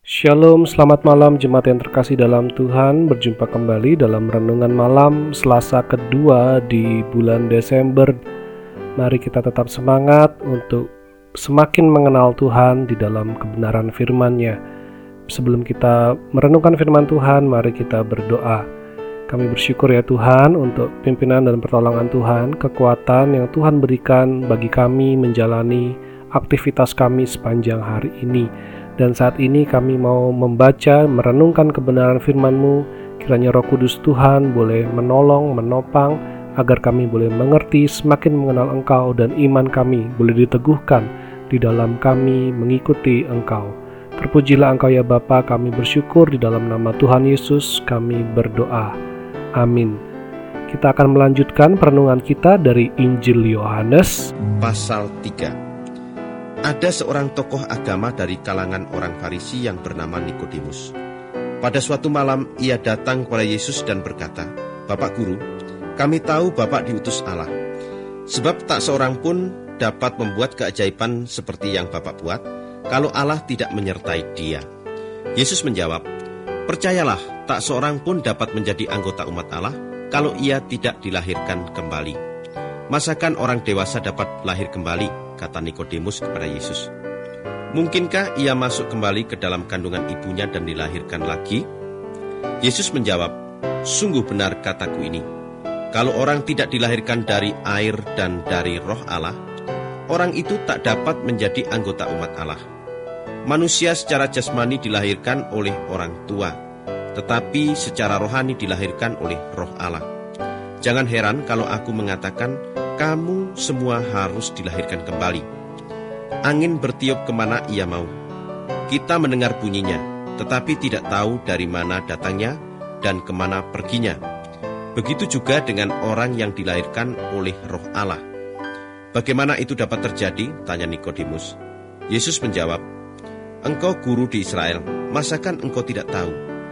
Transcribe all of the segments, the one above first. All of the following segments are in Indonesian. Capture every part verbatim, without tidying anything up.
Shalom, selamat malam jemaat yang terkasih dalam Tuhan. Berjumpa kembali dalam renungan malam Selasa kedua di bulan Desember. Mari kita tetap semangat untuk semakin mengenal Tuhan di dalam kebenaran firman-Nya. Sebelum kita merenungkan firman Tuhan, mari kita berdoa. Kami bersyukur ya Tuhan untuk pimpinan dan pertolongan Tuhan, kekuatan yang Tuhan berikan bagi kami menjalani aktivitas kami sepanjang hari ini. Dan saat ini kami mau membaca, merenungkan kebenaran firman-Mu. Kiranya Roh Kudus Tuhan boleh menolong, menopang, agar kami boleh mengerti, semakin mengenal Engkau, dan iman kami boleh diteguhkan di dalam kami mengikuti Engkau. Terpujilah Engkau ya Bapa, kami bersyukur di dalam nama Tuhan Yesus kami berdoa. Amin. Kita akan melanjutkan perenungan kita dari Injil Yohanes Pasal tiga. Ada seorang tokoh agama dari kalangan orang Farisi yang bernama Nikodemus. Pada suatu malam ia datang kepada Yesus dan berkata, "Bapak Guru, kami tahu Bapak diutus Allah. Sebab tak seorang pun dapat membuat keajaiban seperti yang Bapak buat, kalau Allah tidak menyertai dia." Yesus menjawab, "Percayalah, tak seorang pun dapat menjadi anggota umat Allah, kalau ia tidak dilahirkan kembali." "Masakan orang dewasa dapat lahir kembali?" kata Nikodemus kepada Yesus. "Mungkinkah ia masuk kembali ke dalam kandungan ibunya dan dilahirkan lagi?" Yesus menjawab, "Sungguh benar kataku ini. Kalau orang tidak dilahirkan dari air dan dari Roh Allah, orang itu tak dapat menjadi anggota umat Allah. Manusia secara jasmani dilahirkan oleh orang tua, tetapi secara rohani dilahirkan oleh Roh Allah. Jangan heran kalau aku mengatakan, kamu semua harus dilahirkan kembali. Angin bertiup kemana ia mau. Kita mendengar bunyinya, tetapi tidak tahu dari mana datangnya dan kemana perginya. Begitu juga dengan orang yang dilahirkan oleh Roh Allah." "Bagaimana itu dapat terjadi?" tanya Nikodemus. Yesus menjawab, "Engkau guru di Israel, masakan engkau tidak tahu?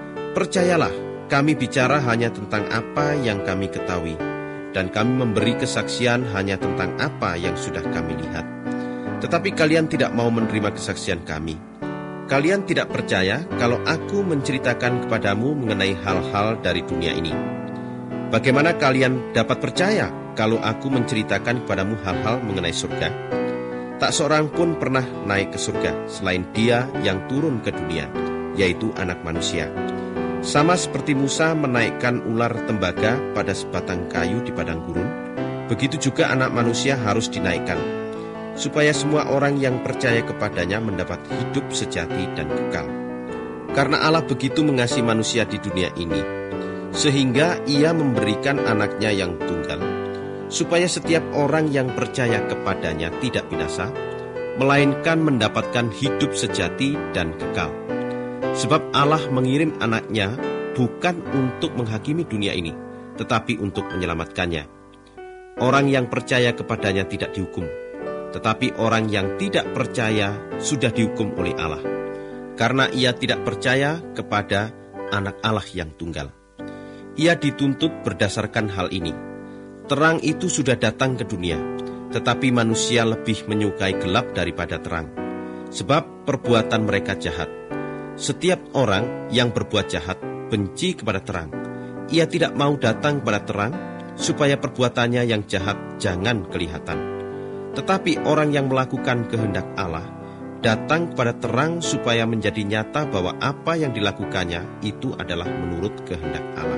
Percayalah, kami bicara hanya tentang apa yang kami ketahui, dan kami memberi kesaksian hanya tentang apa yang sudah kami lihat. Tetapi kalian tidak mau menerima kesaksian kami. Kalian tidak percaya kalau aku menceritakan kepadamu mengenai hal-hal dari dunia ini. Bagaimana kalian dapat percaya kalau aku menceritakan kepadamu hal-hal mengenai surga? Tak seorang pun pernah naik ke surga selain Dia yang turun ke dunia, yaitu Anak Manusia. Sama seperti Musa menaikkan ular tembaga pada sebatang kayu di padang gurun, begitu juga Anak Manusia harus dinaikkan, supaya semua orang yang percaya kepadanya mendapat hidup sejati dan kekal. Karena Allah begitu mengasihi manusia di dunia ini, sehingga Ia memberikan anaknya yang tunggal, supaya setiap orang yang percaya kepadanya tidak binasa, melainkan mendapatkan hidup sejati dan kekal. Sebab Allah mengirim anaknya bukan untuk menghakimi dunia ini, tetapi untuk menyelamatkannya. Orang yang percaya kepadanya tidak dihukum, tetapi orang yang tidak percaya sudah dihukum oleh Allah, karena ia tidak percaya kepada Anak Allah yang tunggal. Ia dituntut berdasarkan hal ini. Terang itu sudah datang ke dunia, tetapi manusia lebih menyukai gelap daripada terang, sebab perbuatan mereka jahat. Setiap orang yang berbuat jahat benci kepada terang. Ia tidak mau datang kepada terang, supaya perbuatannya yang jahat jangan kelihatan. Tetapi orang yang melakukan kehendak Allah datang kepada terang, supaya menjadi nyata bahwa apa yang dilakukannya itu adalah menurut kehendak Allah."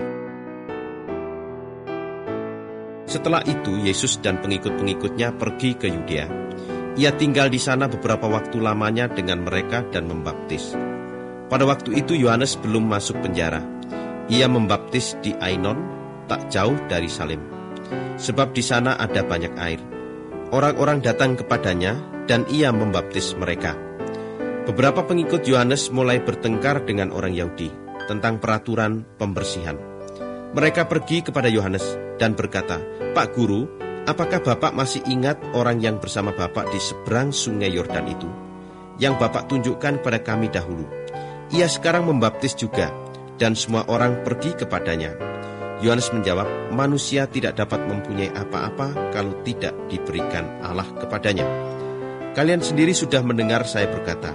Setelah itu Yesus dan pengikut-pengikutnya pergi ke Yudea. Ia tinggal di sana beberapa waktu lamanya dengan mereka dan membaptis. Pada waktu itu Yohanes belum masuk penjara. Ia membaptis di Ainon, tak jauh dari Salim, sebab di sana ada banyak air. Orang-orang datang kepadanya dan ia membaptis mereka. Beberapa pengikut Yohanes mulai bertengkar dengan orang Yahudi tentang peraturan pembersihan. Mereka pergi kepada Yohanes dan berkata, "Pak Guru, apakah Bapak masih ingat orang yang bersama Bapak di seberang sungai Yordan itu, yang Bapak tunjukkan kepada kami dahulu? Ia sekarang membaptis juga, dan semua orang pergi kepadanya." Yohanes menjawab, "Manusia tidak dapat mempunyai apa-apa kalau tidak diberikan Allah kepadanya. Kalian sendiri sudah mendengar saya berkata,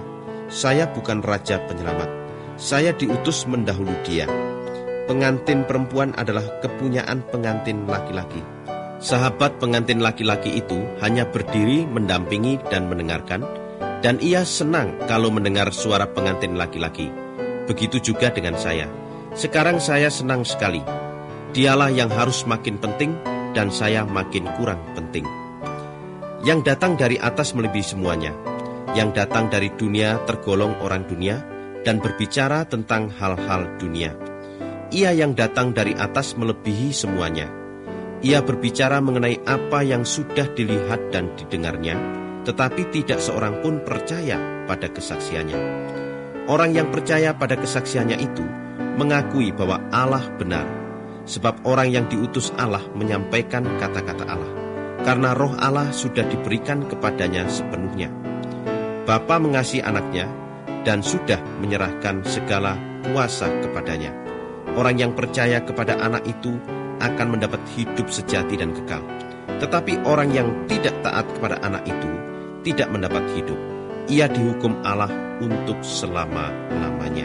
saya bukan raja penyelamat. Saya diutus mendahului dia. Pengantin perempuan adalah kepunyaan pengantin laki-laki. Sahabat pengantin laki-laki itu hanya berdiri, mendampingi dan mendengarkan, dan ia senang kalau mendengar suara pengantin laki-laki. Begitu juga dengan saya. Sekarang saya senang sekali. Dialah yang harus makin penting, dan saya makin kurang penting. Yang datang dari atas melebihi semuanya. Yang datang dari dunia tergolong orang dunia, dan berbicara tentang hal-hal dunia. Ia yang datang dari atas melebihi semuanya. Ia berbicara mengenai apa yang sudah dilihat dan didengarnya, tetapi tidak seorang pun percaya pada kesaksiannya. Orang yang percaya pada kesaksiannya itu mengakui bahwa Allah benar, sebab orang yang diutus Allah menyampaikan kata-kata Allah, karena roh Allah sudah diberikan kepadanya sepenuhnya. Bapa mengasihi anaknya dan sudah menyerahkan segala kuasa kepadanya. Orang yang percaya kepada anak itu akan mendapat hidup sejati dan kekal. Tetapi orang yang tidak taat kepada anak itu tidak mendapat hidup. Ia dihukum Allah untuk selama-lamanya.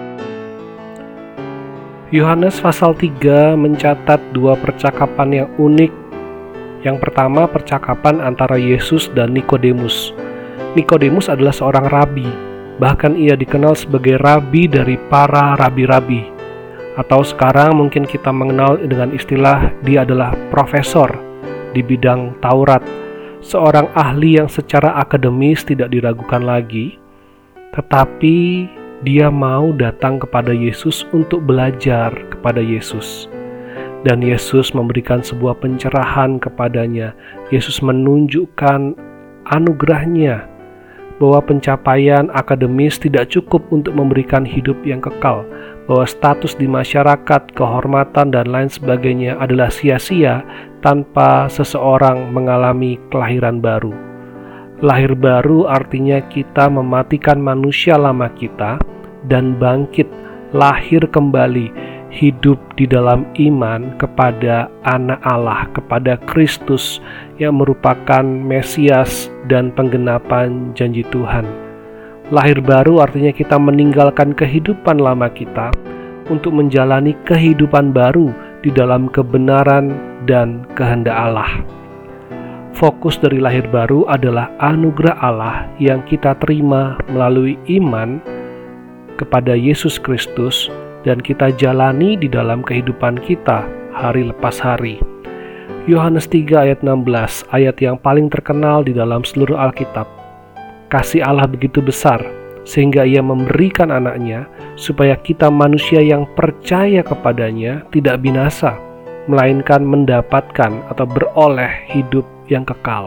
Yohanes pasal tiga mencatat dua percakapan yang unik. Yang pertama, percakapan antara Yesus dan Nikodemus. Nikodemus adalah seorang rabi, bahkan ia dikenal sebagai rabi dari para rabi-rabi. Atau sekarang mungkin kita mengenal dengan istilah dia adalah profesor di bidang Taurat, seorang ahli yang secara akademis tidak diragukan lagi, tetapi dia mau datang kepada Yesus untuk belajar kepada Yesus. Dan Yesus memberikan sebuah pencerahan kepadanya. Yesus menunjukkan anugerahnya bahwa pencapaian akademis tidak cukup untuk memberikan hidup yang kekal, bahwa status di masyarakat, kehormatan, dan lain sebagainya adalah sia-sia tanpa seseorang mengalami kelahiran baru. Lahir baru artinya kita mematikan manusia lama kita dan bangkit, lahir kembali, hidup di dalam iman kepada Anak Allah, kepada Kristus yang merupakan Mesias dan penggenapan janji Tuhan. Lahir baru artinya kita meninggalkan kehidupan lama kita untuk menjalani kehidupan baru di dalam kebenaran dan kehendak Allah. Fokus dari lahir baru adalah anugerah Allah yang kita terima melalui iman kepada Yesus Kristus dan kita jalani di dalam kehidupan kita hari lepas hari. Yohanes tiga ayat enam belas, ayat yang paling terkenal di dalam seluruh Alkitab. Kasih Allah begitu besar, sehingga ia memberikan anaknya, supaya kita manusia yang percaya kepadanya tidak binasa, melainkan mendapatkan atau beroleh hidup yang kekal.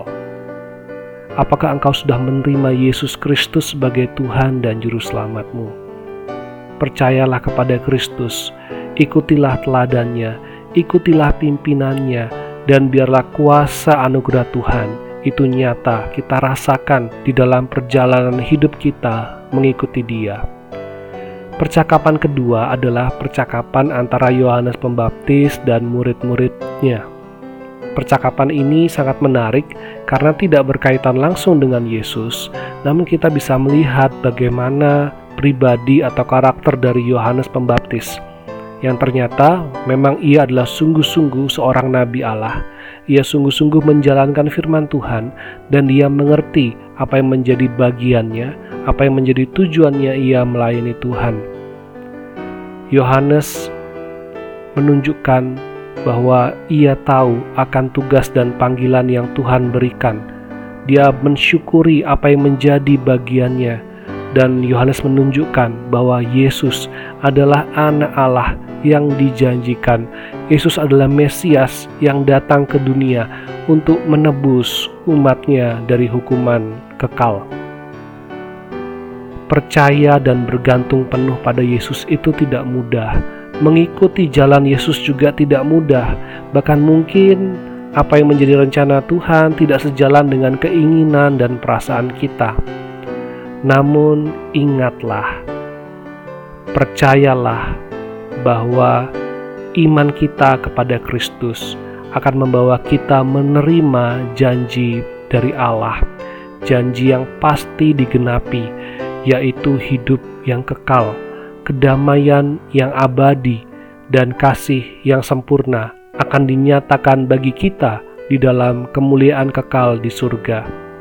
Apakah engkau sudah menerima Yesus Kristus sebagai Tuhan dan Juru Selamatmu? Percayalah kepada Kristus, ikutilah teladannya, ikutilah pimpinannya, dan biarlah kuasa anugerah Tuhan itu nyata kita rasakan di dalam perjalanan hidup kita mengikuti Dia. Percakapan kedua adalah percakapan antara Yohanes Pembaptis dan murid-muridnya. Percakapan ini sangat menarik karena tidak berkaitan langsung dengan Yesus, namun kita bisa melihat bagaimana pribadi atau karakter dari Yohanes Pembaptis, yang ternyata memang ia adalah sungguh-sungguh seorang nabi Allah. Ia sungguh-sungguh menjalankan firman Tuhan dan dia mengerti apa yang menjadi bagiannya, apa yang menjadi tujuannya ia melayani Tuhan. Yohanes menunjukkan bahwa ia tahu akan tugas dan panggilan yang Tuhan berikan. Dia mensyukuri apa yang menjadi bagiannya. Dan Yohanes menunjukkan bahwa Yesus adalah Anak Allah yang dijanjikan. Yesus adalah Mesias yang datang ke dunia untuk menebus umatnya dari hukuman kekal. Percaya dan bergantung penuh pada Yesus itu tidak mudah. Mengikuti jalan Yesus juga tidak mudah. Bahkan mungkin apa yang menjadi rencana Tuhan tidak sejalan dengan keinginan dan perasaan kita. Namun ingatlah, percayalah bahwa iman kita kepada Kristus akan membawa kita menerima janji dari Allah, janji yang pasti digenapi, yaitu hidup yang kekal, kedamaian yang abadi, dan kasih yang sempurna akan dinyatakan bagi kita di dalam kemuliaan kekal di surga.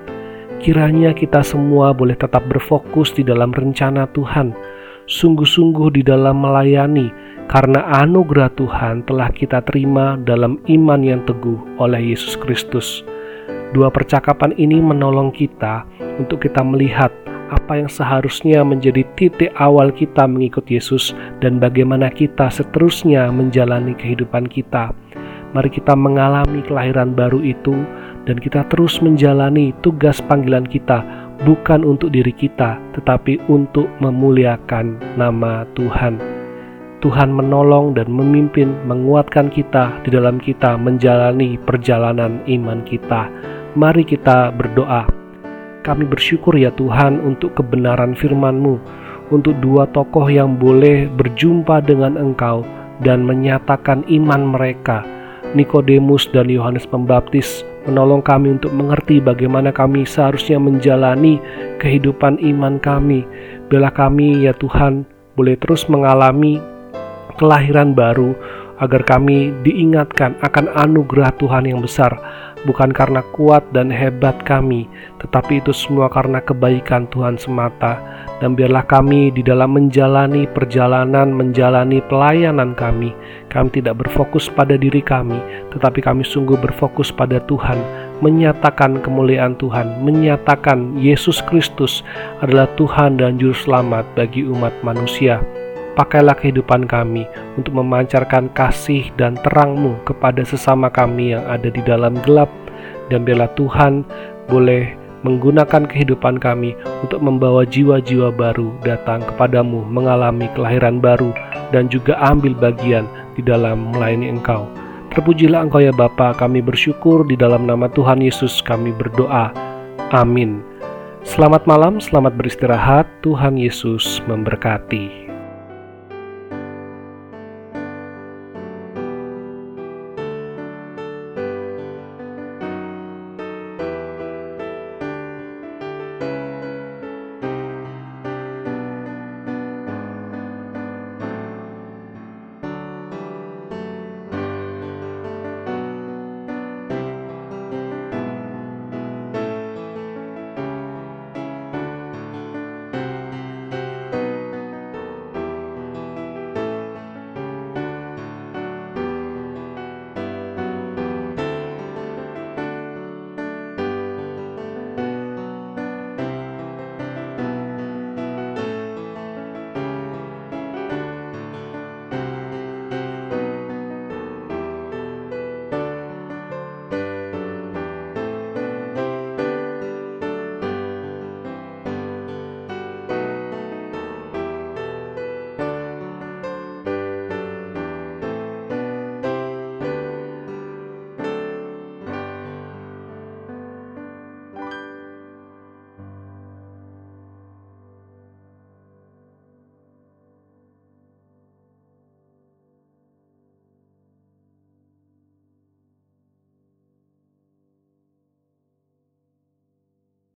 Kiranya kita semua boleh tetap berfokus di dalam rencana Tuhan, sungguh-sungguh di dalam melayani, karena anugerah Tuhan telah kita terima dalam iman yang teguh oleh Yesus Kristus. Dua percakapan ini menolong kita untuk kita melihat apa yang seharusnya menjadi titik awal kita mengikut Yesus dan bagaimana kita seterusnya menjalani kehidupan kita. Mari kita mengalami kelahiran baru itu dan kita terus menjalani tugas panggilan kita, bukan untuk diri kita, tetapi untuk memuliakan nama Tuhan. Tuhan menolong dan memimpin, menguatkan kita di dalam kita menjalani perjalanan iman kita. Mari kita berdoa. Kami bersyukur ya Tuhan untuk kebenaran firman-Mu, untuk dua tokoh yang boleh berjumpa dengan Engkau dan menyatakan iman mereka. Nikodemus dan Yohanes Pembaptis menolong kami untuk mengerti bagaimana kami seharusnya menjalani kehidupan iman kami. Biarlah kami ya Tuhan boleh terus mengalami kelahiran baru, agar kami diingatkan akan anugerah Tuhan yang besar, bukan karena kuat dan hebat kami, tetapi itu semua karena kebaikan Tuhan semata. Dan biarlah kami di dalam menjalani perjalanan, menjalani pelayanan kami, kami tidak berfokus pada diri kami, tetapi kami sungguh berfokus pada Tuhan, menyatakan kemuliaan Tuhan, menyatakan Yesus Kristus adalah Tuhan dan Juru Selamat bagi umat manusia. Pakailah kehidupan kami untuk memancarkan kasih dan terang-Mu kepada sesama kami yang ada di dalam gelap. Dan biarlah Tuhan boleh menggunakan kehidupan kami untuk membawa jiwa-jiwa baru datang kepadamu, mengalami kelahiran baru, dan juga ambil bagian di dalam melayani Engkau. Terpujilah Engkau ya Bapa, kami bersyukur di dalam nama Tuhan Yesus kami berdoa. Amin. Selamat malam, selamat beristirahat, Tuhan Yesus memberkati.